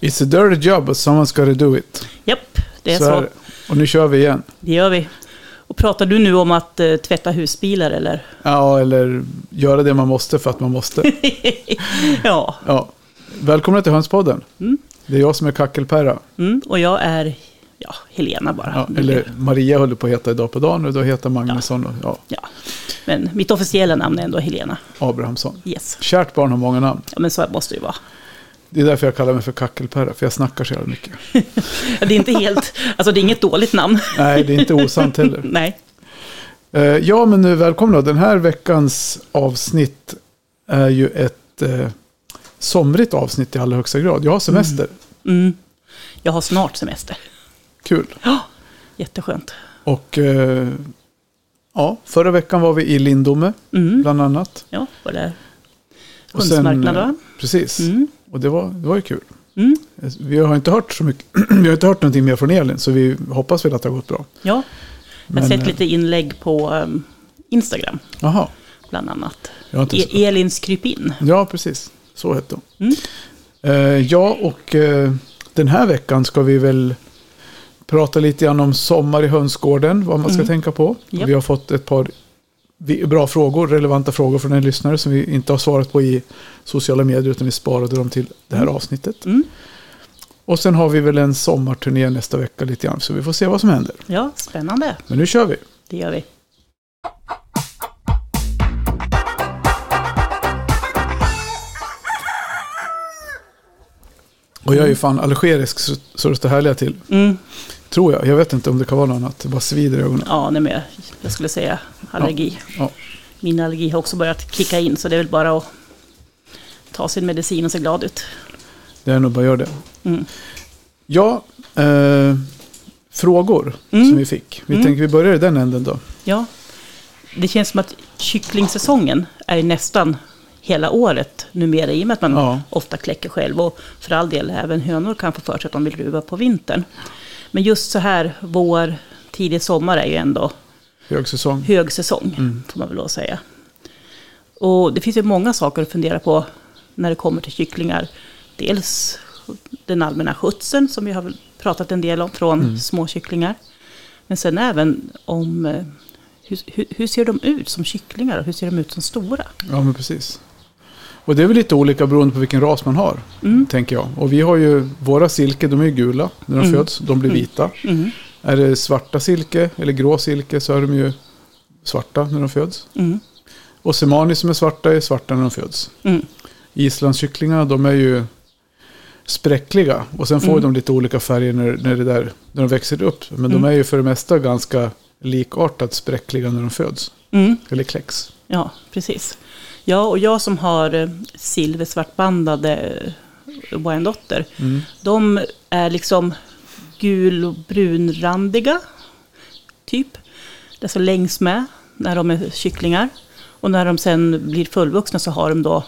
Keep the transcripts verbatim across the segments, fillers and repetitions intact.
It's a dirty job, but someone's got to do it. Japp, det är så. så. Är det. Och nu kör vi igen. Det gör vi. Och pratar du nu om att uh, tvätta husbilar, eller? Ja, eller göra det man måste för att man måste. ja. ja. Välkomna till Hönspodden. Mm. Det är jag som är Kackelperra. Mm, och jag är ja, Helena bara. Ja, eller Maria håller på att heta idag på dagen och då heter Magnusson. Ja. Och, ja. ja. Men mitt officiella namn är ändå Helena Abrahamsson. Yes. Kärt barn har många namn. Ja, men så måste det ju vara. Det är därför jag kallar mig för Kackelperra, för jag snackar så jävla mycket. ja, det är inte helt, alltså det är inget dåligt namn. Nej, det är inte osant heller. Nej. Uh, ja, men nu välkomna. Den här veckans avsnitt är ju ett uh, somrigt avsnitt i allra högsta grad. Jag har semester. Mm. Mm. Jag har snart semester. Kul. Ja, jätteskönt. Och uh, ja, förra veckan var vi i Lindome, mm. bland annat. Ja, var det hundsmarknaden. Precis. Mm. Och det var, det var ju kul. Mm. Vi har inte hört så mycket. Vi har inte hört någonting mer från Elin, så vi hoppas väl att det har gått bra. Ja, jag har sett lite inlägg på um, Instagram. Aha. Bland annat. E- Elins krypin. Ja, precis. Så heter hon. Mm. Uh, ja, och uh, den här veckan ska vi väl prata lite grann om sommar i hönsgården. Vad man ska mm. tänka på. Yep. Vi har fått ett par bra frågor, relevanta frågor från en lyssnare som vi inte har svarat på i sociala medier, utan vi sparade dem till det här mm. avsnittet. Mm. Och sen har vi väl en sommarturné nästa vecka lite grann, så vi får se vad som händer. Ja, spännande. Men nu kör vi. Det gör vi. Och jag är ju fan allergisk så, så det står härliga till. Mm. Tror jag. Jag vet inte om det kan vara något annat. Det bara svider i ögonen. Ja, nej, men jag, jag skulle säga allergi. Ja. Ja. Min allergi har också börjat kicka in, så det är väl bara att ta sin medicin och se glad ut. Det är nog bara att göra det. Mm. Ja, eh, frågor mm. som vi fick. Vi mm. tänker vi börjar i den änden då. Ja, det känns som att kycklingsäsongen är nästan hela året numera, i och med att man ja. ofta kläcker själv. Och för all del, även hönor kan få för sig att de vill ruva på vintern. Men just så här, vår tidig sommar är ju ändå högsäsong. Högsäsong, mm. får man väl då säga. Och det finns ju många saker att fundera på när det kommer till kycklingar. Dels den allmänna skötseln som vi har pratat en del om från mm. små kycklingar. Men sen även om hur, hur, hur ser de ut som kycklingar och hur ser de ut som stora? Ja, men precis. Och det är väl lite olika beroende på vilken ras man har, mm. tänker jag. Och vi har ju, våra silke, de är ju gula när de mm. föds. De blir vita. Mm. Är det svarta silke eller grå silke så är de ju svarta när de föds. Mm. Och semani som är svarta är svarta när de föds. Mm. Islandskycklingar, de är ju spräckliga. Och sen får mm. de lite olika färger när, när, det där, när de växer upp. Men mm. de är ju för det mesta ganska likartat spräckliga när de föds. Mm. Eller kläcks. Ja, precis. Ja, och jag som har silversvartbandade Wyandotter, mm. de är liksom gul- och brunrandiga, typ. Det är så längs med när de är kycklingar. Och när de sen blir fullvuxna så har de då,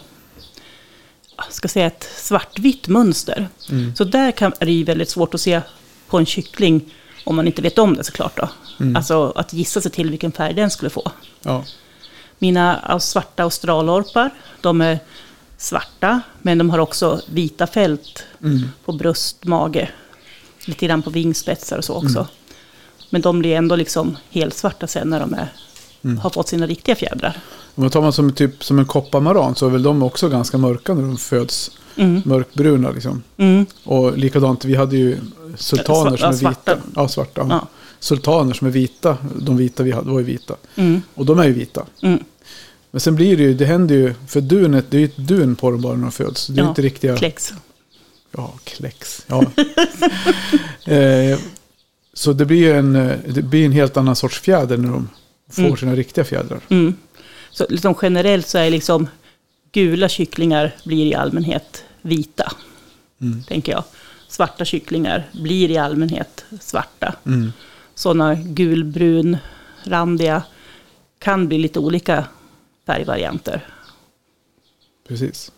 jag ska säga, ett svartvitt mönster. Mm. Så där kan, är det ju väldigt svårt att se på en kyckling om man inte vet om det, såklart då. Mm. Alltså att gissa sig till vilken färg den skulle få. Ja. Mina svarta australorpar, de är svarta, men de har också vita fält mm. på bröst, mage, lite grann på vingspetsar och så också. Mm. Men de blir ändå liksom helt svarta sen när de är, mm. har fått sina riktiga fjädrar. Om man tar man som, typ, som en koppamaran så är väl de också ganska mörka när de föds. Mm. Mörkbruna liksom. Mm. Och likadant, vi hade ju sultaner som är svarta. vita. Ja, svarta. Ja. Sultaner som är vita. De vita vi hade var ju vita. Mm. Och de är ju vita. Mm. Men sen blir det ju, det händer ju, för dunet, det är ju ett dun på dem bara när de föds. Det är ja, inte riktiga... kläcks. Ja, kläcks. Ja. eh, så det blir en, det blir en helt annan sorts fjäder när de får mm. sina riktiga fjädrar. Mm. Så liksom generellt så är liksom gula kycklingar blir i allmänhet vita, mm. tänker jag. Svarta kycklingar blir i allmänhet svarta. Mm. Sådana gulbrun, randiga kan bli lite olika färgvarianter. Precis.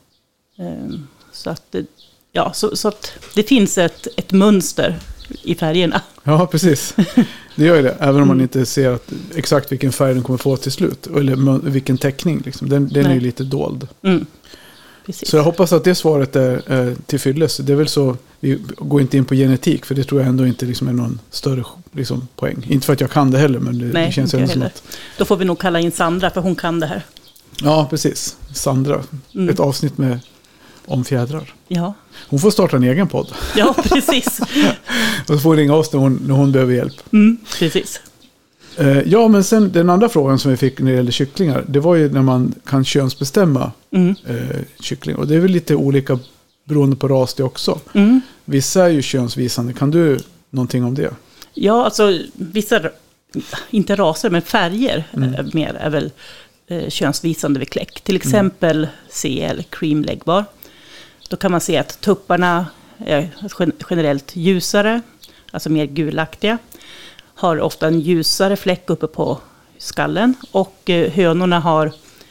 Så att det, ja, så, så att det finns ett, ett mönster i färgerna. Ja, precis. Det gör ju det. Även om man inte ser att exakt vilken färg den kommer få till slut. Eller vilken teckning. Liksom. Den, den är ju lite dold. Mm. precis. Så jag hoppas att det svaret är, är till fylles. Det är väl så, vi går inte in på genetik, för det tror jag ändå inte liksom är någon större liksom, poäng. Inte för att jag kan det heller, men det, Nej, det känns ändå som heller. att... Då får vi nog kalla in Sandra, för hon kan det här. Ja, precis. Sandra. Mm. Ett avsnitt med om fjädrar. Ja. Hon får starta en egen podd. Ja, precis. Och så får hon ringa oss när hon, när hon behöver hjälp. Mm, precis. Eh, ja, men sen den andra frågan som vi fick när det gäller kycklingar, det var ju när man kan könsbestämma mm. eh, kyckling. Och det är väl lite olika beroende på ras det också. Mm. Vissa är ju könsvisande. Kan du någonting om det? Ja, alltså vissa, inte raser, men färger mm. är, mer, är väl eh, könsvisande vid kläck. Till exempel mm. C L, cream legbar. Då kan man se att tupparna är generellt ljusare, alltså mer gulaktiga. Har ofta en ljusare fläck uppe på skallen. Och eh, hönorna har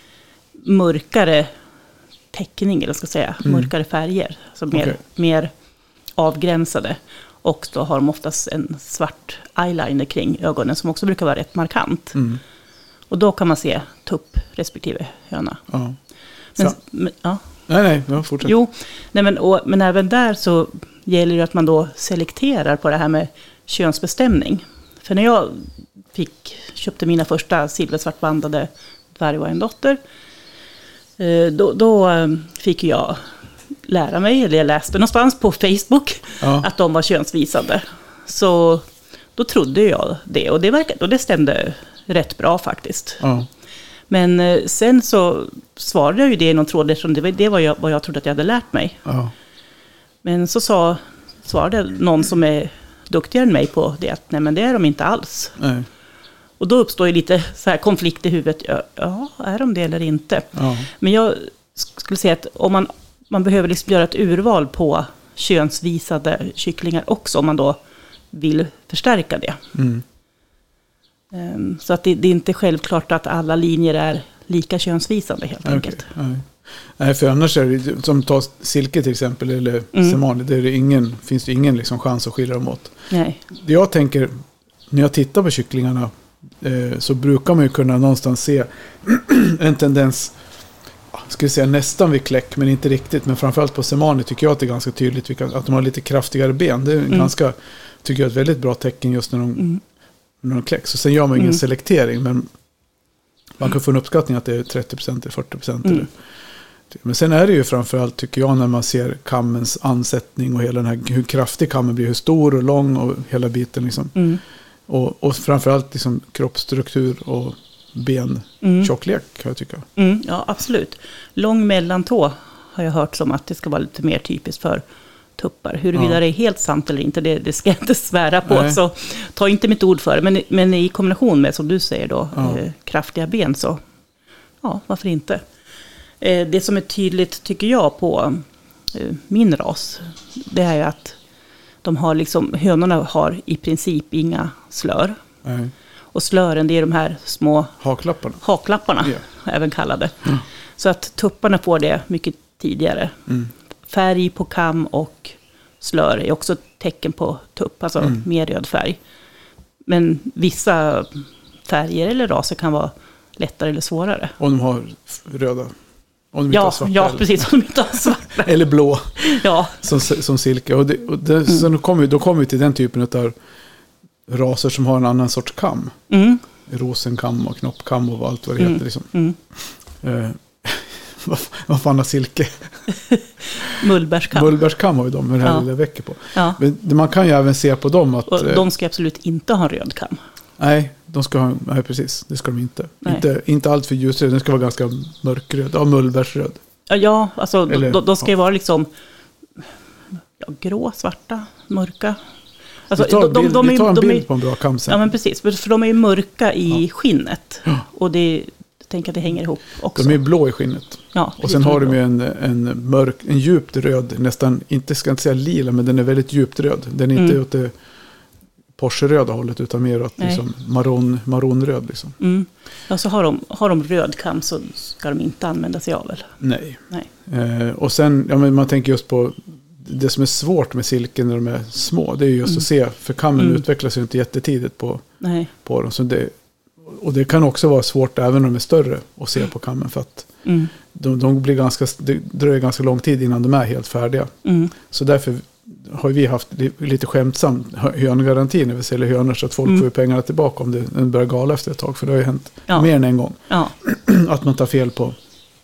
mörkare täckning, eller ska jag säga, mm. mörkare färger. Alltså mer, okay. mer avgränsade. Och då har de oftast en svart eyeliner kring ögonen som också brukar vara rätt markant. Mm. Och då kan man se tupp respektive höna. Ja. Men, men, ja. Nej, nej, jag fortsätter. Jo, nej, men, och, men även där så gäller det att man då selekterar på det här med könsbestämning. För när jag fick, köpte mina första silversvartbandade dvärgwayandotter, då, då fick jag lära mig, eller jag läste någonstans på Facebook, ja. Att de var könsvisande. Så då trodde jag det, och det, verkade, och det stämde rätt bra faktiskt. Ja. Men sen så svarade jag ju det i någon tråd, eftersom det var det vad jag, vad jag trodde att jag hade lärt mig. Ja. Men så sa, svarade någon som är duktigare än mig på det, att nej, men det är de inte alls. Nej. Och då uppstår ju lite så här konflikt i huvudet. Ja, ja, är de det eller inte? Ja. Men jag skulle säga att om man, man behöver liksom göra ett urval på könsvisade kycklingar också, om man då vill förstärka det. Mm. Um, så att det, det är inte självklart att alla linjer är lika könsvisande helt okay. enkelt. Nej. Nej, för annars är det, som tar silke till exempel, eller mm. semani, där är det ingen, finns det ingen liksom chans att skilja dem åt. Nej. Det jag tänker, när jag tittar på kycklingarna, eh, så brukar man ju kunna någonstans se en tendens, ska jag säga nästan vid kläck, men inte riktigt. Men framförallt på semani tycker jag att det är ganska tydligt vilka, att de har lite kraftigare ben. Det är mm. ganska, tycker jag, ett väldigt bra tecken just när de, mm. när de kläcks. Så sen gör man ingen mm. selektering, men man kan få en uppskattning att det är trettio procent eller fyrtio procent. Mm. Eller. Men sen är det ju framförallt, tycker jag, när man ser kammens ansättning och hela den här, hur kraftig kammen blir, hur stor och lång och hela biten liksom. Mm. Och, och framförallt liksom kroppsstruktur och bentjocklek, mm. kan jag tycka. Mm, ja, absolut. Lång mellantå har jag hört som att det ska vara lite mer typiskt för tuppar. Huruvida ja. det är helt sant eller inte, det, det ska jag inte svära på. Nej. Så ta inte mitt ord för det. Men, men i kombination med, som du säger då, ja. eh, kraftiga ben, så ja, varför inte? Eh, det som är tydligt, tycker jag, på eh, min ras, det är ju att de har liksom, hönorna har i princip inga slör. Nej. Och slören, det är de här små haklapparna, haklapparna yeah. även kallade. Mm. Så att tupparna får det mycket tidigare. Mm. Färg på kam och slör är också tecken på tupp, alltså mm. mer röd färg. Men vissa färger eller raser kan vara lättare eller svårare. Om de har röda. Om de ja, inte har svarta, ja eller. precis. Om de inte har svarta. Eller blå. Ja. Som, som silke. Och, det, och det, mm. sen kommer vi, då kommer vi till den typen av raser som har en annan sorts kam. Mm. Rosenkam och knoppkam och allt vad det mm. heter. Liksom. Mm. Eh, vad, vad fan har silke? Mullbärskam. Mullbärskam har ju de med det här ja. lilla vecket på. Ja. Men man kan ju även se på dem att... Och de ska absolut inte ha röd kam. Nej, de ska ha, nej precis. Det ska de inte. Inte, inte allt för ljusröd. Den ska vara ganska mörkröd. Ja, mullbärsröd. Ja, ja alltså Eller, de, de ska ju ja. vara liksom ja, grå, svarta, mörka. Alltså, vi tar, de, de, de, vi tar en de, bild de, på en bra kam sen. Ja, men precis. För de är ju mörka i ja. skinnet. Ja. Och det, jag tänker att det hänger ihop också. De är blå i skinnet. Ja, och sen har de ju en, en mörk, en djupt röd, nästan, inte ska jag inte säga lila, men den är väldigt djupt röd. Den är inte mm. åt det Porsche-röda hållet, utan mer åt liksom maron, maronröd. Liksom. Mm. Ja, så har de, har de röd kam så ska de inte använda sig av väl? Nej. Nej. Eh, och sen, ja, men man tänker just på det som är svårt med silken när de är små, det är just mm. att se, för kammen mm. utvecklas ju inte jättetidigt på, Nej. på dem. Så det, och det kan också vara svårt även om de är större att se på kammen för att mm. de, de blir ganska, det dröjer ganska lång tid innan de är helt färdiga. Mm. Så därför har vi haft lite skämtsamt höngaranti när vi säljer hönor så att folk mm. får pengarna tillbaka om det börjar gala efter ett tag. För det har ju hänt ja. mer än en gång. Ja. Att man tar fel på,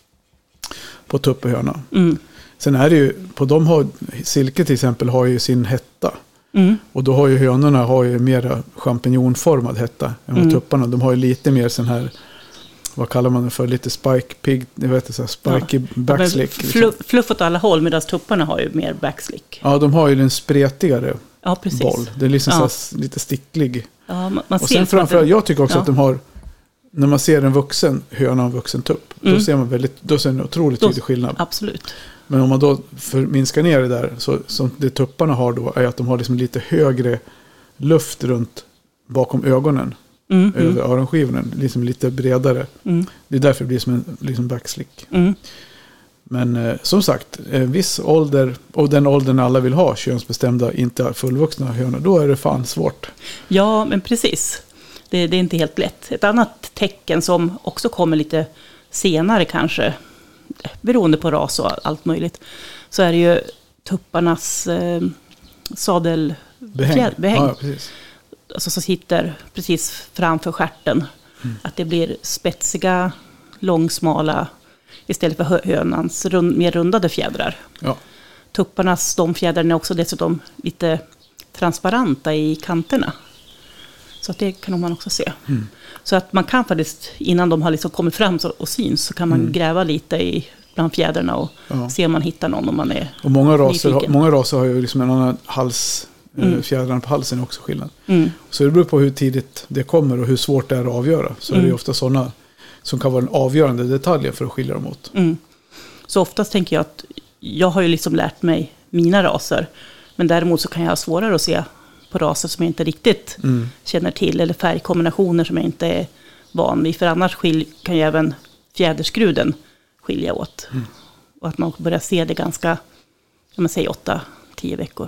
på tupp och höna. Mm. Sen är det ju, på de har, silke till exempel har ju sin hetta. Mm. Och då har ju hönorna har ju mer champinjonformad hetta än vad mm. tupparna. De har ju lite mer sån här, vad kallar man det för, lite spike pig, jag vet inte, så här, spiky ja. backslick. Fl- liksom. Fluff åt alla håll medan tupparna har ju mer backslick. Ja, de har ju den spretigare ja, precis. boll. Det är liksom ja. så här, lite sticklig. Ja, man, man och sen framförallt, det, jag tycker också ja. att de har, när man ser en vuxen höna och en vuxen tupp, mm. då ser man väldigt, då ser en otroligt tydlig skillnad. Absolut. Men om man då för, minskar ner det där, så som det tupparna har då, är att de har liksom lite högre luft runt bakom ögonen. Mm, över mm. öronskivorna, liksom lite bredare. Mm. Det är därför det blir som en liksom backslick. Mm. Men eh, som sagt, en viss ålder, och den åldern alla vill ha, könsbestämda, inte fullvuxna hönor, då är det fan svårt. Ja, men precis. Det, det är inte helt lätt. Ett annat tecken som också kommer lite senare kanske, beroende på ras och allt möjligt, så är det ju tupparnas eh, sadelbehäng. Ja, precis. Alltså som sitter precis framför stjärten. Mm. Att det blir spetsiga, långsmala istället för hönans rund, mer rundade fjädrar. Ja. Tupparnas, de fjädrarna är också dessutom lite transparenta i kanterna. Så att det kan man också se. Mm. Så att man kan faktiskt, innan de har liksom kommit fram och syns, så kan man mm. gräva lite i bland fjädrarna och ja. se om man hittar någon om man är och många raser, har, många raser har ju liksom en annan hals. Mm. Fjädrarna på halsen är också skillnad. Mm. Så det beror på hur tidigt det kommer och hur svårt det är att avgöra. Så mm. är det ofta sådana som kan vara en avgörande detalj för att skilja dem åt. Mm. Så oftast tänker jag att jag har ju liksom lärt mig mina raser. Men däremot så kan jag ha svårare att se på raser som jag inte riktigt mm. känner till. Eller färgkombinationer som jag inte är van vid. För annars skil- kan ju även fjäderskruden skilja åt. Mm. Och att man börjar se det ganska, om man säger åtta, tio veckor.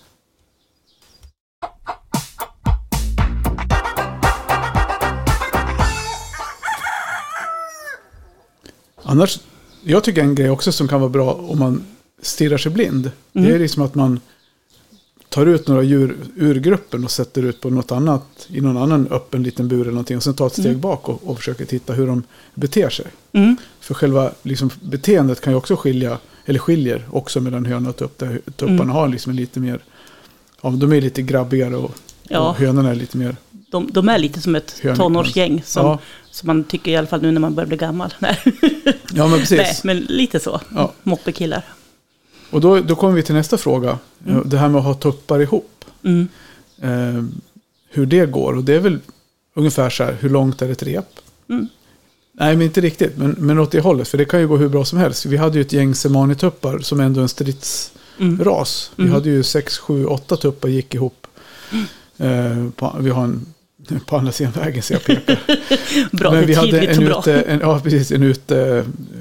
Annars, jag tycker en grej också som kan vara bra om man stirrar sig blind. Mm. Det är liksom att man tar ut några djur ur gruppen och sätter ut på något annat, i någon annan öppen liten bur eller någonting. Och sen tar ett steg mm. bak och, och försöker titta hur de beter sig. Mm. För själva liksom, beteendet kan ju också skilja, eller skiljer också mellan höna och tupp. Där tupparna mm. har liksom lite mer, ja, de är lite grabbigare och, ja. och hönorna är lite mer. De, de är lite som ett tonårsgäng som, ja. som man tycker i alla fall nu när man börjar bli gammal. Nej. Ja, men precis. Nej, men lite så. Ja. Moppekillar. Och då, då kommer vi till nästa fråga. Mm. Det här med att ha tuppar ihop. Mm. Eh, hur det går. Och det är väl ungefär så här, hur långt är ett rep? Mm. Nej, men inte riktigt. Men, men åt det hållet. För det kan ju gå hur bra som helst. Vi hade ju ett gäng semanituppar som ändå är en stridsras. Mm. Vi hade ju sex, sju, åtta tuppar gick ihop. Mm. Eh, på, vi har en på andra sidan vägen så jag pekar. Bra, men det vi hade en bra. ute, en, ja, precis, en ute eh,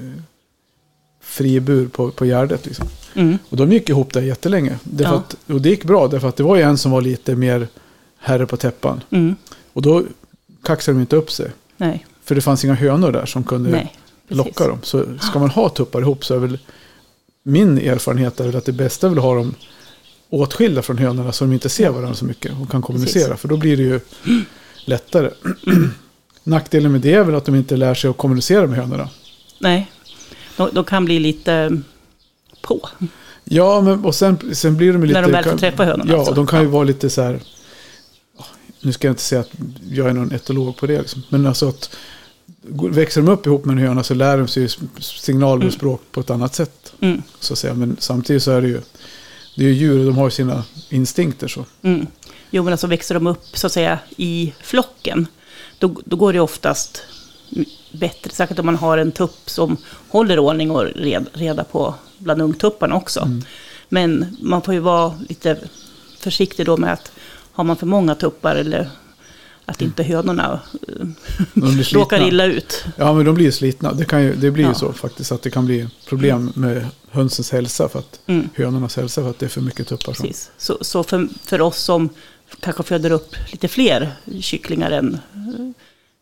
fribur på, på Gärdet liksom. Mm. Och de gick ihop där jättelänge. Därför ja. att, och det gick bra därför att det var ju en som var lite mer herre på täppan. Mm. Och då kaxade de inte upp sig. Nej. För det fanns inga hönor där som kunde Nej, locka dem. Så ska man ha tuppar ihop så är väl min erfarenhet är väl att det bästa är väl att ha dem åtskilda från hönorna så de inte ser varandra så mycket och kan kommunicera. Precis. För då blir det ju lättare. Nackdelen med det är väl att de inte lär sig att kommunicera med hönorna. Nej, de, de kan bli lite på. Ja, men och sen, sen blir de lite... När de väl får träffa hönorna. Ja, alltså. de kan ju ja. vara lite så här... Nu ska jag inte säga att jag är någon etolog på det. Liksom. Men alltså att växer de upp ihop med en höna så lär de sig signaler och mm. språk på ett annat sätt. Mm. Så att säga. Men samtidigt så är det ju... Det är ju djur och de har sina instinkter så. Mm. Jo, men alltså växer de upp så att säga i flocken. Då, då går det oftast bättre. Säkert om man har en tupp som håller ordning och red, reda på bland ungtupparna också. Mm. Men man får ju vara lite försiktig då med att har man för många tuppar eller att inte hönorna de råkar illa ut. Ja, men de blir slitna. Det, kan ju, det blir ja. ju så faktiskt att det kan bli problem mm. med hönsens hälsa för att mm. hönornas hälsa för att det är för mycket tuppar. Precis. Så, så för, för oss som kanske föder upp lite fler kycklingar än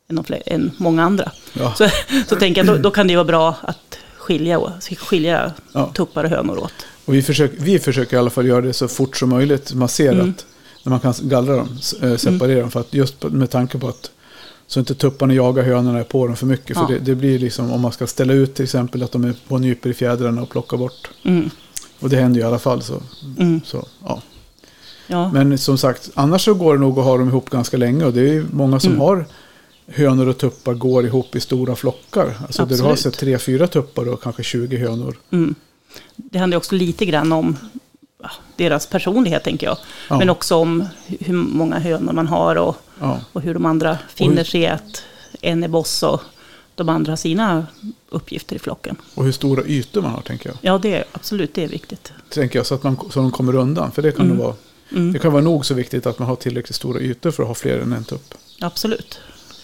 än, de fler, än många andra. Ja. Så, så tänker jag, då, då kan det ju vara bra att skilja, skilja Ja. tuppar och hönor åt. Och vi försöker, vi försöker i alla fall göra det så fort som möjligt. Man ser Mm. att när man kan gallra dem, äh, separera mm. dem. För att just med tanke på att så inte tupparna jagar hönorna på dem för mycket. Ja. För det, det blir liksom, om man ska ställa ut till exempel att de är på nyper i fjädrarna och plocka bort. Mm. Och det händer ju i alla fall. Så, Mm. så, ja. Ja. Men som sagt, annars så går det nog att ha dem ihop ganska länge. Och det är ju många som Mm. har hönor och tuppar går ihop i stora flockar. Alltså där du har Absolut. sett tre, fyra tuppar och kanske tjugo hönor. Mm. Det handlar också lite grann om ja, deras personlighet, tänker jag. Ja. Men också om hur många hönor man har och, Ja. och hur de andra finner sig att en är boss och de andra har sina uppgifter i flocken. Och hur stora ytor man har, tänker jag. Ja, det är absolut, det är viktigt. Tänker jag, så att man, så de kommer undan. För det kan, Mm. det vara, Mm. det kan vara nog så viktigt att man har tillräckligt stora ytor för att ha fler än en tupp. Absolut.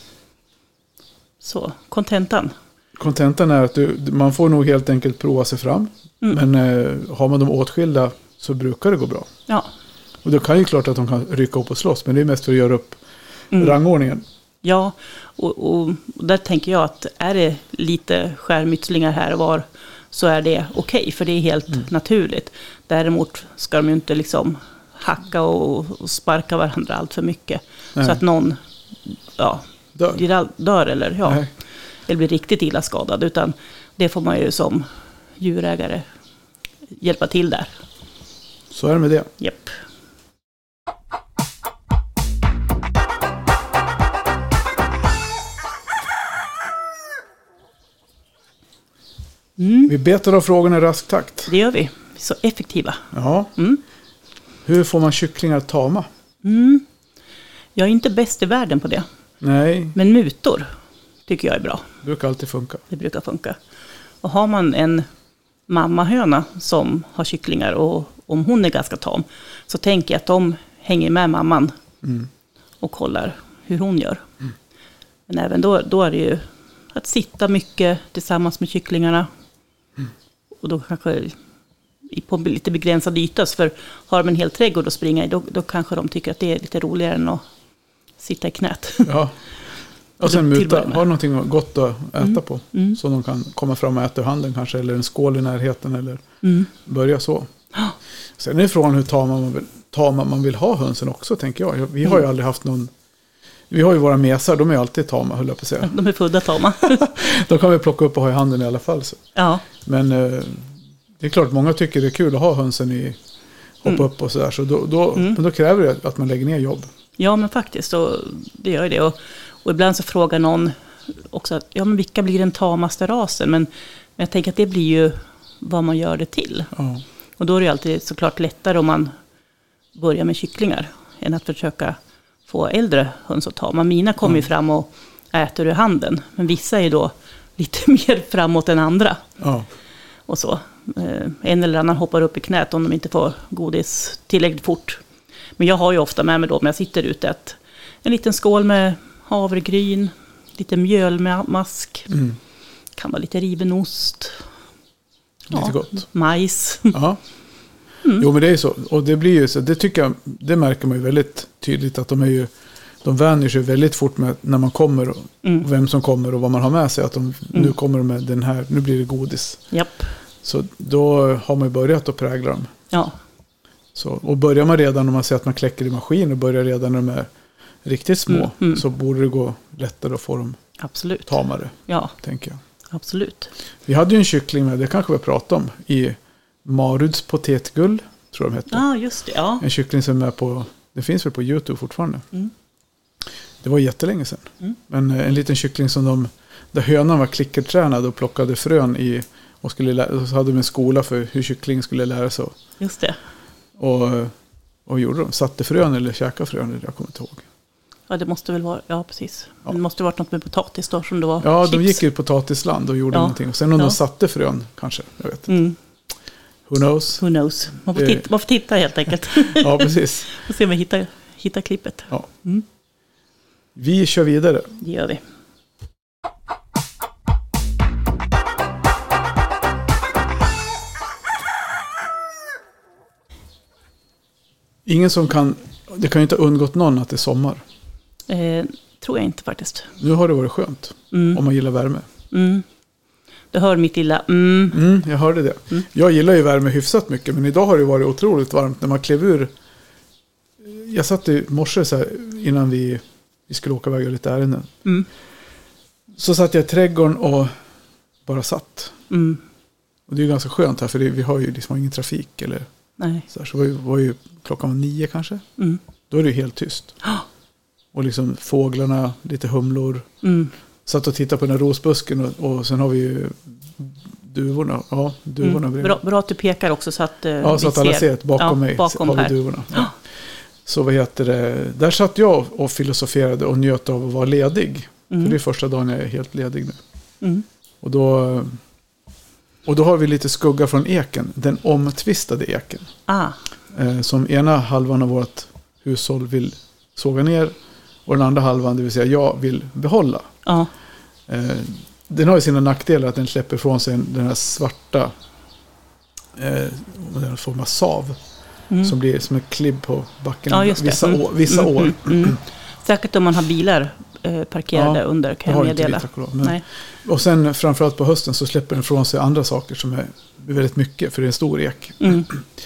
Så, kontentan. Kontentan är att du, man får nog helt enkelt prova sig fram. Mm. Men eh, har man dem åtskilda så brukar det gå bra. Ja. Och det kan ju klart att de kan rycka upp och slåss. Men det är mest för att göra upp Mm. rangordningen. Ja, och, och, och där tänker jag att är det lite skärmytslingar här och var så är det okej, okay, för det är helt Mm. naturligt. Däremot ska de ju inte liksom hacka och, och sparka varandra allt för mycket. Nej. Så att någon ja, Dör. blir all, dör eller, ja, Nej. eller blir riktigt illa skadad. Utan det får man ju som djurägare hjälpa till där. Så är det med det. Japp. Mm, Vi betar av frågorna i rask takt. det gör vi. Vi är så effektiva. Ja. Mm. Hur får man kycklingar tama? Mm. Jag är inte bäst i världen på det. Nej, Men mutor tycker jag är bra. det brukar alltid funka. Det brukar funka. Och har man en mammahöna som har kycklingar och om hon är ganska tam så tänker jag att de hänger med mamman Mm. och kollar hur hon gör. Mm. Men även då, då är det ju att sitta mycket tillsammans med kycklingarna. Mm. Och då kanske i- på lite begränsad yta. För har de en hel trädgård att springa i då, då kanske de tycker att det är lite roligare än att sitta i knät. Ja. Och sen Till muta, början med. ha någonting gott att äta Mm. på. Mm. Så de kan komma fram och äta ur handen kanske. Eller en skål i närheten. Eller Mm. börja så. Sen är det frågan hur tama man vill, tama man vill ha hönsen också, tänker jag. Vi har ju Mm. aldrig haft någon... Vi har ju våra mesar, de är ju alltid tama, höll jag på att säga. De är födda tama. De kan vi plocka upp och ha i handen i alla fall. Så. Ja. Men eh, det är klart, många tycker det är kul att ha hönsen i... Hoppa Mm. upp och sådär. Så då, då, Mm. men då kräver det att man lägger ner jobb. Ja, men faktiskt. Och det gör ju det. Och, och ibland så frågar någon också att, ja, men vilka blir den tamaste rasen? Men, men jag tänker att det blir ju vad man gör det till. Ja. Och då är det ju alltid såklart lättare om man börjar med kycklingar än att försöka få äldre höns att tama. Mina kommer ju fram och äter ur handen. Men vissa är ju då lite mer framåt än andra. Ja. Och så. Eh, En eller annan hoppar upp i knät om de inte får godis tillräckligt fort. Men jag har ju ofta med mig då, om jag sitter ute, att en liten skål med havregryn, lite mjölmask, Mm. kan vara lite riven ost. Lite Ja, gott. majs. Ja. Mm. Jo, men det är ju så. Och det blir ju så. Det tycker jag, det märker man ju väldigt tydligt att de är ju, de vänjer sig väldigt fort med när man kommer och, Mm. och vem som kommer och vad man har med sig. Att de, Mm. nu kommer de med den här, nu blir det godis. Japp. Så då har man ju börjat att prägla dem. Ja. Så, och börjar man redan om man ser att man kläcker i maskin och börjar redan när de är riktigt små Mm, mm. så borde det gå lättare att få dem Absolut. tamare, Ja, tänker jag. absolut. Vi hade ju en kyckling med, det kanske vi har pratat om, i Maruds potetgull, tror jag de hette. Ja, just det. Ja. En kyckling som är på, det finns väl på YouTube fortfarande. Mm. Det var jättelänge sedan. Mm. Men eh, en liten kyckling som de, där hönan var klickertränad och plockade frön i, och, skulle lä- och så hade de en skola för hur kycklingen skulle lära sig. Just det. Och, och gjorde de, satte frön eller käkade frön, eller jag kommer inte ihåg. Ja, det måste väl vara, ja precis. Ja. Det måste ha varit något med potatis då som det var Ja, chips. de gick ju på potatisland och gjorde Ja. någonting. Och sen om Ja. de satte frön, kanske, jag vet inte. Mm. Who knows? Who knows? Man får, Det- titta, man får titta helt enkelt. Ja, precis. Och se om vi hittar, hittar klippet. Ja. Mm. Vi kör vidare. Det gör vi. Ingen som kan, det kan ju inte ha undgått någon att det är sommar. Eh, tror jag inte faktiskt. Nu har det varit skönt mm. om man gillar värme. Mm. Du hör mitt lilla mm. Mm, jag hörde det. Mm. Jag gillar ju värme hyfsat mycket, men idag har det varit otroligt varmt när man klev ur. Jag satt i morse så här, innan vi, vi skulle åka iväg och lite ärenden. Mm. Så satt jag i trädgården och bara satt. Mm. Och det är ju ganska skönt här, för det, vi har ju liksom ingen trafik. Eller, Nej. Så, här, så var, ju, var ju klockan var nio kanske. Mm. Då är det ju helt tyst. Och liksom fåglarna, lite humlor. Mm. Satt och tittade på den här rosbusken och, och sen har vi ju duvorna. Ja, duvorna mm. bra, bra att du pekar också så att uh, ja, så att alla ser att bakom ja, mig bakom har vi duvorna. Ja. Så vad heter det? Där satt jag och filosoferade och njöt av att vara ledig. Mm. För det är första dagen jag är helt ledig nu. Mm. Och då och då har vi lite skugga från eken, den omtvistade eken. Ah. Eh, som ena halvan av vårt hushåll vill såga ner. Och den andra halvan, det vill säga jag, vill behålla. Ja. Eh, den har ju sina nackdelar att den släpper ifrån sig den här svarta eh, den form av sav. Mm. Som blir som en klibb på backen ja, vissa, mm. år, vissa mm, år. Mm, mm. Säkert om man har bilar eh, parkerade ja, under kan jag meddela. Men, Nej. Och sen framförallt på hösten så släpper den ifrån sig andra saker som är väldigt mycket, för det är en stor ek. Mm.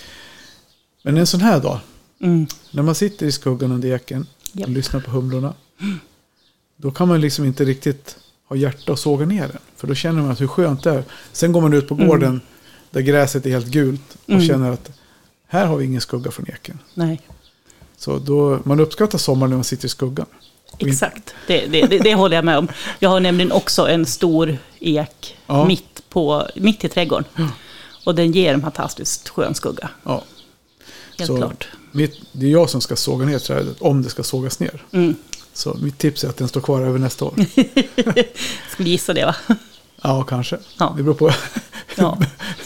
Men en sån här dag, mm. när man sitter i skuggan under eken yep. och lyssnar på humlorna, mm. då kan man liksom inte riktigt ha hjärta och såga ner den. För då känner man att hur skönt det är. Sen går man ut på gården mm. där gräset är helt gult och mm. känner att här har vi ingen skugga från eken. Nej. Så då, man uppskattar sommaren när man sitter i skuggan. Exakt, det, det, det, det håller jag med om. Jag har nämligen också en stor ek ja. mitt, på, mitt i trädgården. Ja. Och den ger en fantastiskt skön skugga. Ja. Helt så klart. Mitt, det är jag som ska såga ner trädet om det ska sågas ner. Mm. Så mitt tips är att den står kvar över nästa år. Skulle gissa det va? Ja, kanske. Ja. Det beror på... Ja.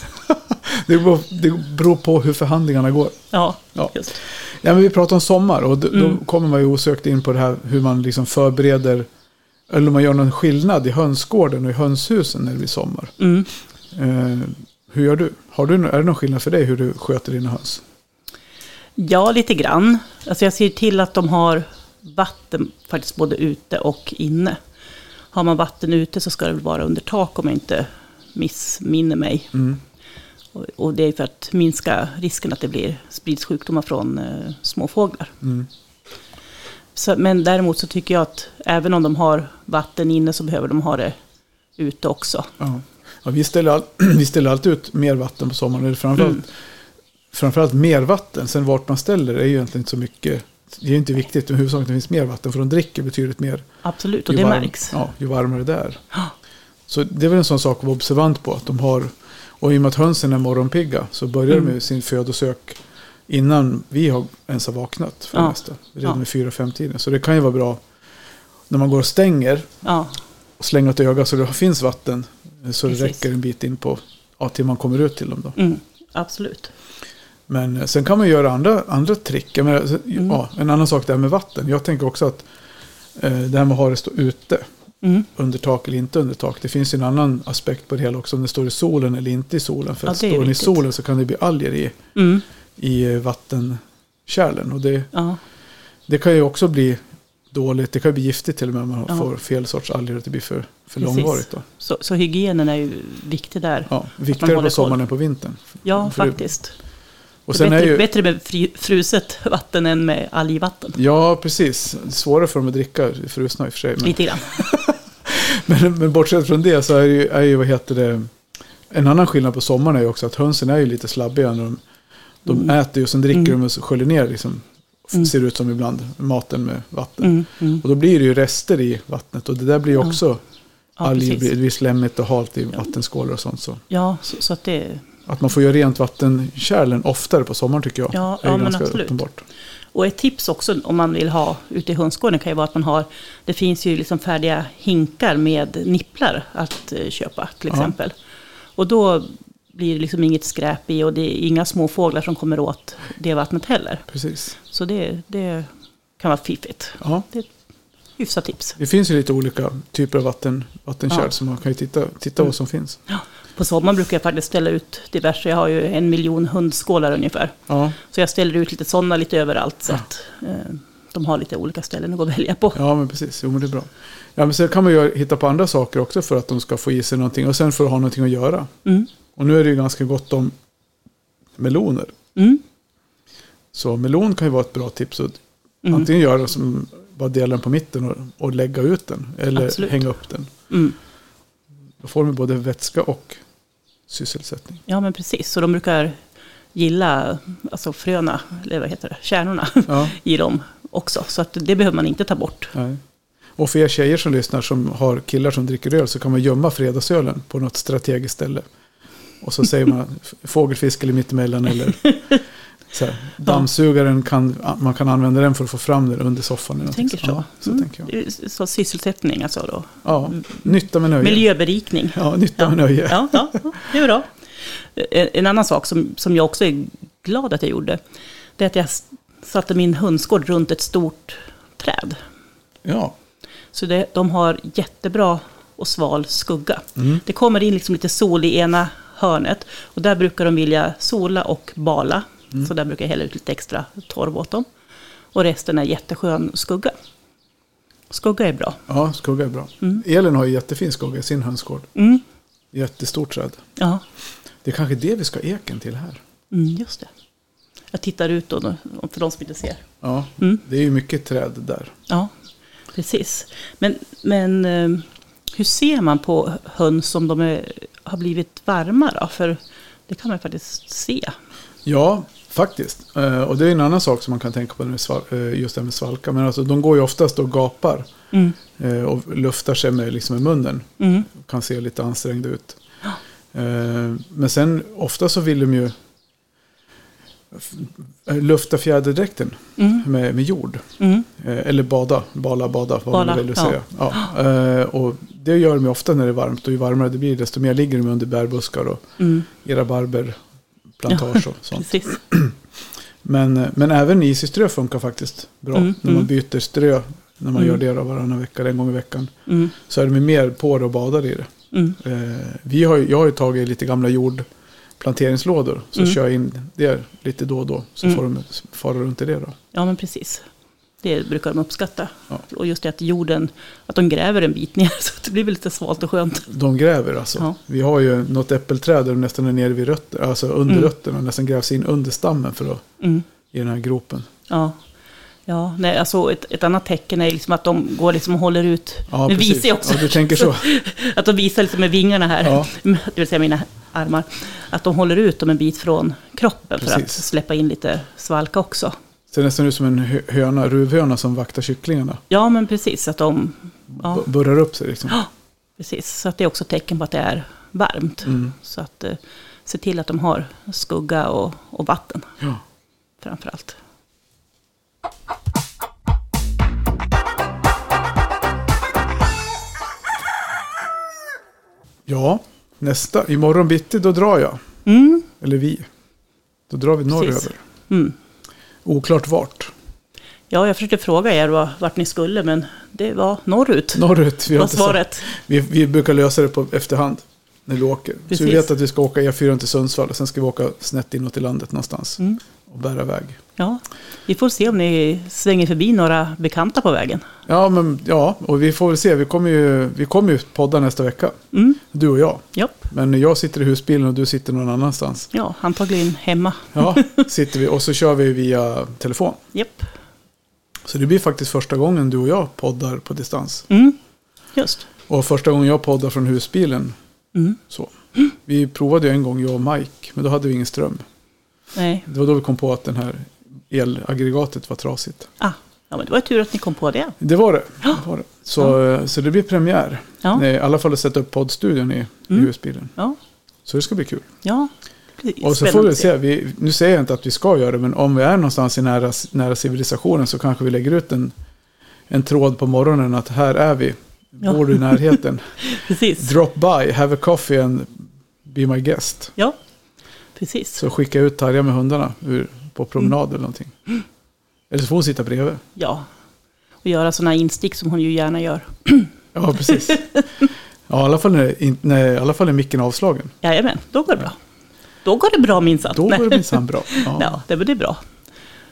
det, beror, det beror på hur förhandlingarna går. Ja, ja. just. Ja, men vi pratar om sommar och då, mm. då kommer man ju osökt in på det här hur man liksom förbereder, eller om man gör någon skillnad i hönsgården och i hönshusen när det blir sommar. Mm. Eh, hur gör du? Har du? Är det någon skillnad för dig hur du sköter dina höns? Ja, lite grann. Alltså jag ser till att de har vatten faktiskt både ute och inne. Har man vatten ute så ska det väl vara under tak om jag inte missminner mig. Mm. Och, och det är för att minska risken att det blir sprids sjukdomar från eh, små fåglar. Mm. Så, men däremot så tycker jag att även om de har vatten inne så behöver de ha det ute också. Ja. Ja, vi, ställer all, vi ställer alltid ut mer vatten på sommaren. Eller framförallt, mm. framförallt mer vatten. Sen vart man ställer är ju egentligen inte så mycket. Det är ju inte viktigt. I huvudsak att det finns mer vatten. För de dricker betydligt mer. Absolut, och det varm, märks. Ja, ju varmare det är. Så det är väl en sån sak att vara observant på. Att de har, och i och med att hönsen är morgonpigga så börjar mm. de med sin födosök innan vi har ens har vaknat. För ja. nästa, redan ja. vid fyra fem tiden. Så det kan ju vara bra när man går och stänger. Ja. Och slänger ett öga så det finns vatten. Så det Precis. räcker en bit in på ja, till man kommer ut till dem då. Mm, absolut. Men sen kan man göra andra, andra trick. Jag menar, mm. ja, en annan sak där med vatten. Jag tänker också att eh, det här med att ha det stå ute. Mm. Under tak eller inte under tak. Det finns en annan aspekt på det hela också. Om det står i solen eller inte i solen. För ja, att står det i solen så kan det bli alger i, mm. i vattenkärlen. Och det, ja. det kan ju också bli dåligt. Det kan bli giftigt till och med om man ja. får fel sorts alger. Att det blir för, för långvarigt då. Så, så hygienen är ju viktig där. Ja, viktigare på sommaren än på vintern. Ja, för faktiskt. Det, och det sen bättre, är ju, bättre med fri, fruset vatten än med algvatten. Ja, precis. Svårare för dem att dricka frusna i och för sig. Men, Lite grann. men, men bortsett från det så är ju, är ju vad heter det, en annan skillnad på sommaren är ju också att hönsen är ju lite slabbiga när de, de mm. äter och sen dricker mm. de och sköljer ner liksom, mm. ser ut som ibland maten med vatten. Mm. Mm. Och då blir det ju rester i vattnet och det där blir ju också ja. alger, ja, blir visst lämmigt och halt i ja. vattenskålar och sånt. Så. Ja, så, så att det... Att man får göra rent vattenkärlen oftare på sommaren tycker jag. Ja, är ja men ganska absolut. uppenbart. Och ett tips också om man vill ha ute i hönsgården kan ju vara att man har, det finns ju liksom färdiga hinkar med nipplar att eh, köpa till exempel. Ja. Och då blir det liksom inget skräp i och det är inga små fåglar som kommer åt det vattnet heller. Precis. Så det, det kan vara fiffigt. Ja. Det är ett hyfsat tips. Det finns ju lite olika typer av vatten, vattenkärl ja. som man kan ju titta, titta mm. vad som finns. Ja. På sommaren brukar jag faktiskt ställa ut diverse. Jag har ju en miljon hundskålar ungefär. Ja. Så jag ställer ut lite sådana lite överallt. Så att, eh, de har lite olika ställen att gå och välja på. Ja, men precis. Jo, men det är bra. Ja, men sen kan man ju hitta på andra saker också för att de ska få i sig någonting. Och sen för att ha någonting att göra. Mm. Och nu är det ju ganska gott om meloner. Mm. Så melon kan ju vara ett bra tips. Att Mm. antingen göra som bara dela den på mitten och, och lägga ut den. Eller Absolut. hänga upp den. Mm. Då får de både vätska och sysselsättning. Ja, men precis. Så de brukar gilla alltså fröna, eller vad heter det, kärnorna Ja. i dem också. Så att det behöver man inte ta bort. Nej. Och för er tjejer som lyssnar som har killar som dricker öl så kan man gömma fredagsölen på något strategiskt ställe. Och så säger man fågelfisk eller mittemellan eller så här, dammsugaren kan, man kan använda den för att få fram den under soffan. Jag tänker så. Ja, så mm. tänker jag. Så sysselsättning alltså då. Ja, nytta med nöje. Miljöberikning. Ja, nytta Ja. med nöje. Ja, ja, det är bra. En annan sak som, som jag också är glad att jag gjorde, det är att jag satte min hönsgård runt ett stort träd. Ja. Så det, de har jättebra och sval skugga. Mm. Det kommer in liksom lite sol i ena hörnet. Och där brukar de vilja sola och bala. Mm. Så där brukar jag hälla ut lite extra torv åt dem. Och resten är jätteskön skugga. Skugga är bra. Ja, skugga är bra. Mm. Elin har ju jättefin skugga i sin hönsgård. Mm. Jättestort träd. Ja. Det är kanske det vi ska ha eken till här. Mm, just det. Jag tittar ut då, för de som inte ser. Ja, Mm. det är ju mycket träd där. Ja, precis. Men, men hur ser man på höns som de är, har blivit varma då? För det kan man faktiskt se. Ja, faktiskt. Eh, och det är en annan sak som man kan tänka på med sval- eh, just det med svalka. Men alltså, de går ju oftast och gapar Mm. eh, och luftar sig med, liksom med munnen. Mm. Kan se lite ansträngd ut. Eh, men sen ofta så vill de ju f- lufta fjäderdräkten Mm. med, med jord. Mm. Eh, eller bada, bala, bada, vad Bala, man vill ja. säga. Ja. Eh, och det gör de ju ofta när det är varmt. Och ju varmare det blir desto mer ligger de under bärbuskar och Mm. i rabarberplantage och sånt. Precis. Men, men även is i strö funkar faktiskt bra. Mm, När man mm. byter strö, när man Mm. gör det då varannan vecka, en gång i veckan. Mm. Så är de mer på det och badar i det. Mm. Eh, vi har, ju- jag har ju tagit lite gamla jordplanteringslådor. Så Mm. kör jag in det lite då och då. Så Mm. får de fara runt i det då. Ja, men precis. Det brukar de uppskatta. Ja. Och just det att jorden, att de gräver en bit ner så att det blir väl lite svalt och skönt. De gräver alltså. Ja. Vi har ju något äppelträd där de nästan är nere vid rötter, alltså under Mm. rötterna. Och nästan grävs in under stammen för att, Mm. i den här gropen. Ja. Ja, nej, alltså ett, ett annat tecken är liksom att de går liksom och håller ut. Ja, Nu precis. visar jag också. Ja, du tänker så. Att de visar liksom med vingarna här, Ja. det vill säga mina armar. Att de håller ut dem en bit från kroppen för att Precis. släppa in lite svalka också. Ser nästan ut som en hö- höna, ruvhöna som vaktar kycklingarna. Ja, men precis. Att de, ja, B- burrar upp sig liksom. Ja, precis. Så att det är också ett tecken på att det är varmt. Mm. Så att eh, se till att de har skugga och, och vatten Ja. framför allt. Ja, nästa. Imorgon bitti då drar jag. Mm. Eller vi. Då drar vi norröver. Precis. Mm. Oklart vart. Ja, jag försökte fråga er var- vart ni skulle, men det var norrut. Norrut. Vi, har var inte sagt- svaret. vi, vi brukar lösa det på efterhand. När vi åker. Så Precis. vi vet att vi ska åka E fyra till Sundsvall. Och sen ska vi åka snett inåt i landet någonstans. Mm. Och bära väg. Ja, vi får se om ni svänger förbi några bekanta på vägen. Ja, men ja. Och vi får väl se. Vi kommer ju, vi kommer ju podda nästa vecka. Mm. Du och jag. Japp. Men jag sitter i husbilen och du sitter någon annanstans. Ja, antagligen hemma. Ja, sitter vi. Och så kör vi via telefon. Japp. Så det blir faktiskt första gången du och jag poddar på distans. Mm. Just. Och första gången jag poddar från husbilen. Mm. Så. Vi provade ju en gång, jag och Mike. Men då hade vi ingen ström. Nej. Det var då vi kom på att den här elaggregatet var trasigt. Ah. Ja, men det var tur att ni kom på det. Det var det. det, var det. Så, så det blir premiär. Ja. I alla fall att sätta upp poddstudion i, i Mm. husbilen. Ja. Så det ska bli kul. Ja. Precis. Och så får vi se. Vi, nu säger jag inte att vi ska göra det. Men om vi är någonstans i nära, nära civilisationen. Så kanske vi lägger ut en, en tråd på morgonen. Att här är vi. Ja. Bor du i närheten. Precis. Drop by, have a coffee and be my guest. Ja, precis. Så skicka ut Tarja med hundarna ur, på promenad eller någonting. Eller så får hon sitta bredvid. Ja. Och göra sådana instick som hon ju gärna gör. Ja, precis. Ja, i alla fall när, in- när, i alla fall är micken avslagen. Jajamän, då går det bra. Då går det bra minsann. Då Nej. går det minsann bra. Ja. Ja, det, det är bra.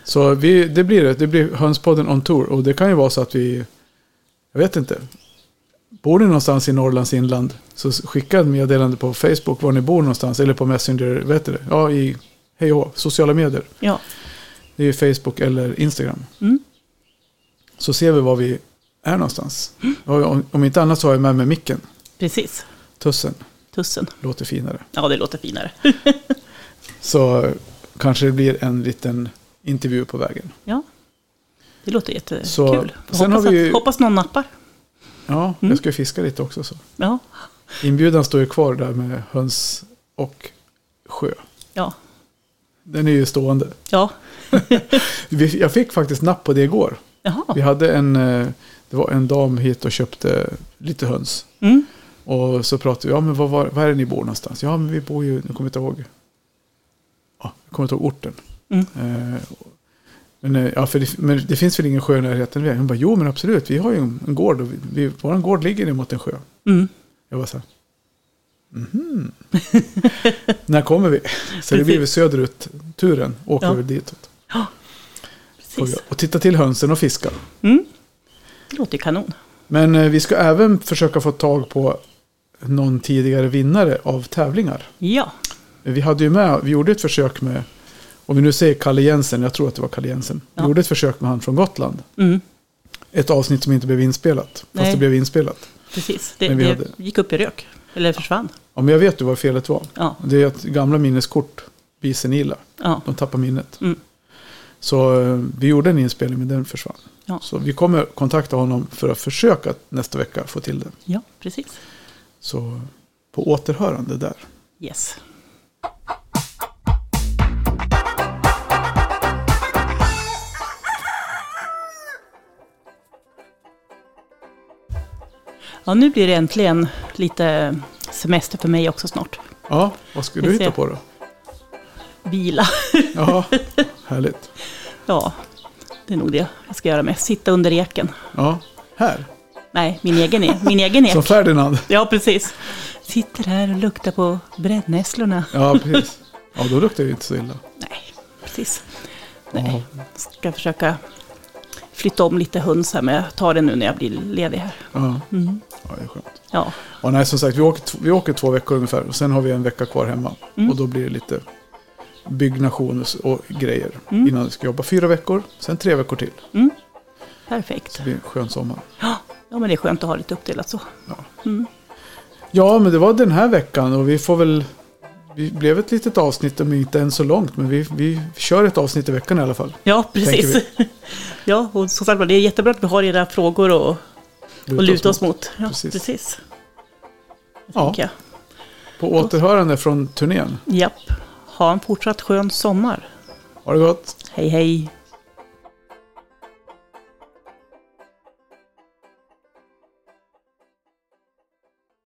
Så vi, det blir det. Det blir Hönspodden on tour. Och det kan ju vara så att vi, jag vet inte, bor ni någonstans i Norrlands inland så skicka ett meddelande på Facebook var ni bor någonstans. Eller på Messenger, vet du det? Ja, i hej och hå, sociala medier. Ja. Det är ju Facebook eller Instagram. Mm. Så ser vi var vi är någonstans. Mm. Om, om inte annat så har jag med mig micken. Precis. Tussen. Tussen. Låter finare. Ja, det låter finare. Så kanske det blir en liten intervju på vägen. Ja, det låter jättekul. Så, sen hoppas, har vi ju, att, hoppas någon nappar. Ja, mm. jag ska fiska lite också. Så. Ja. Inbjudan står ju kvar där med höns och sjö. Ja. Den är ju stående. Ja. Jag fick faktiskt napp på det igår. Jaha. Vi hade en, det var en dam hit och köpte lite höns. Mm. Och så pratade vi, ja men var, var, var är det ni bor någonstans? Ja men vi bor ju, nu kommer jag inte ihåg. Ja, jag kommer inte ihåg orten. Mm. Eh, men, ja, för det, men det finns väl ingen sjö i närheten. Hon bara, jo men absolut, vi har ju en, en gård. Och vi, vi, vår gård ligger ner mot en sjö. Mm. Jag var så här, mhm. När kommer vi? Så det blir vi söderut turen, åker ja. vi ditåt. Ja, precis. Och titta till hönsen och fiska. Mm. Det låter kanon. Men eh, vi ska även försöka få tag på någon tidigare vinnare av tävlingar. Ja. Vi hade ju med, vi gjorde ett försök med, om vi nu säger Kalle Jensen, jag tror att det var Kalle Jensen. Vi ja. gjorde ett försök med han från Gotland. Mm. Ett avsnitt som inte blev inspelat, fast Nej. det blev inspelat. Precis, det, det hade... gick upp i rök, eller försvann. Ja, men jag vet ju vad felet var. Ja. Det är att gamla minneskort blir senila. Ja. De tappar minnet. Mm. Så eh, vi gjorde en inspelning, men den försvann. Ja. Så vi kommer kontakta honom för att försöka nästa vecka få till den. Ja, precis. Så på återhörande där. Yes. Ja, nu blir det äntligen lite semester för mig också snart. Ja, vad ska du hitta på då? Vila. Ja, härligt. Ja, det är nog det jag ska göra med. Sitta under eken. Ja, här? Nej, min egen, ek. min egen ek. Som Ferdinand? Ja, precis. Sitter här och luktar på brännässlorna. Ja, precis. Ja, då luktar det inte så illa. Nej, precis. Nej, jag ska försöka flytta om lite höns här, men jag tar det nu när jag blir ledig här. Ja, mm. ja det är skönt. Ja. Och nej, som sagt, vi åker, vi åker två veckor ungefär. Och sen har vi en vecka kvar hemma. Mm. Och då blir det lite byggnation och grejer. Mm. Innan vi ska jobba fyra veckor, sen tre veckor till. Mm. Perfekt. Så det blir en skön sommar. Ja, men det är skönt att ha lite uppdelat så. Ja. Mm. Ja, men det var den här veckan och vi får väl... Vi blev ett litet avsnitt, om inte än så långt, men vi, vi kör ett avsnitt i veckan i alla fall. Ja, precis. Ja, och så sagt, det är jättebra att vi har era frågor och, luta och luta oss mot. mot. Ja, precis. precis. Ja, jag. På återhörande från turnén. Japp. Ha en fortsatt skön sommar. Ha det gott. Hej, hej.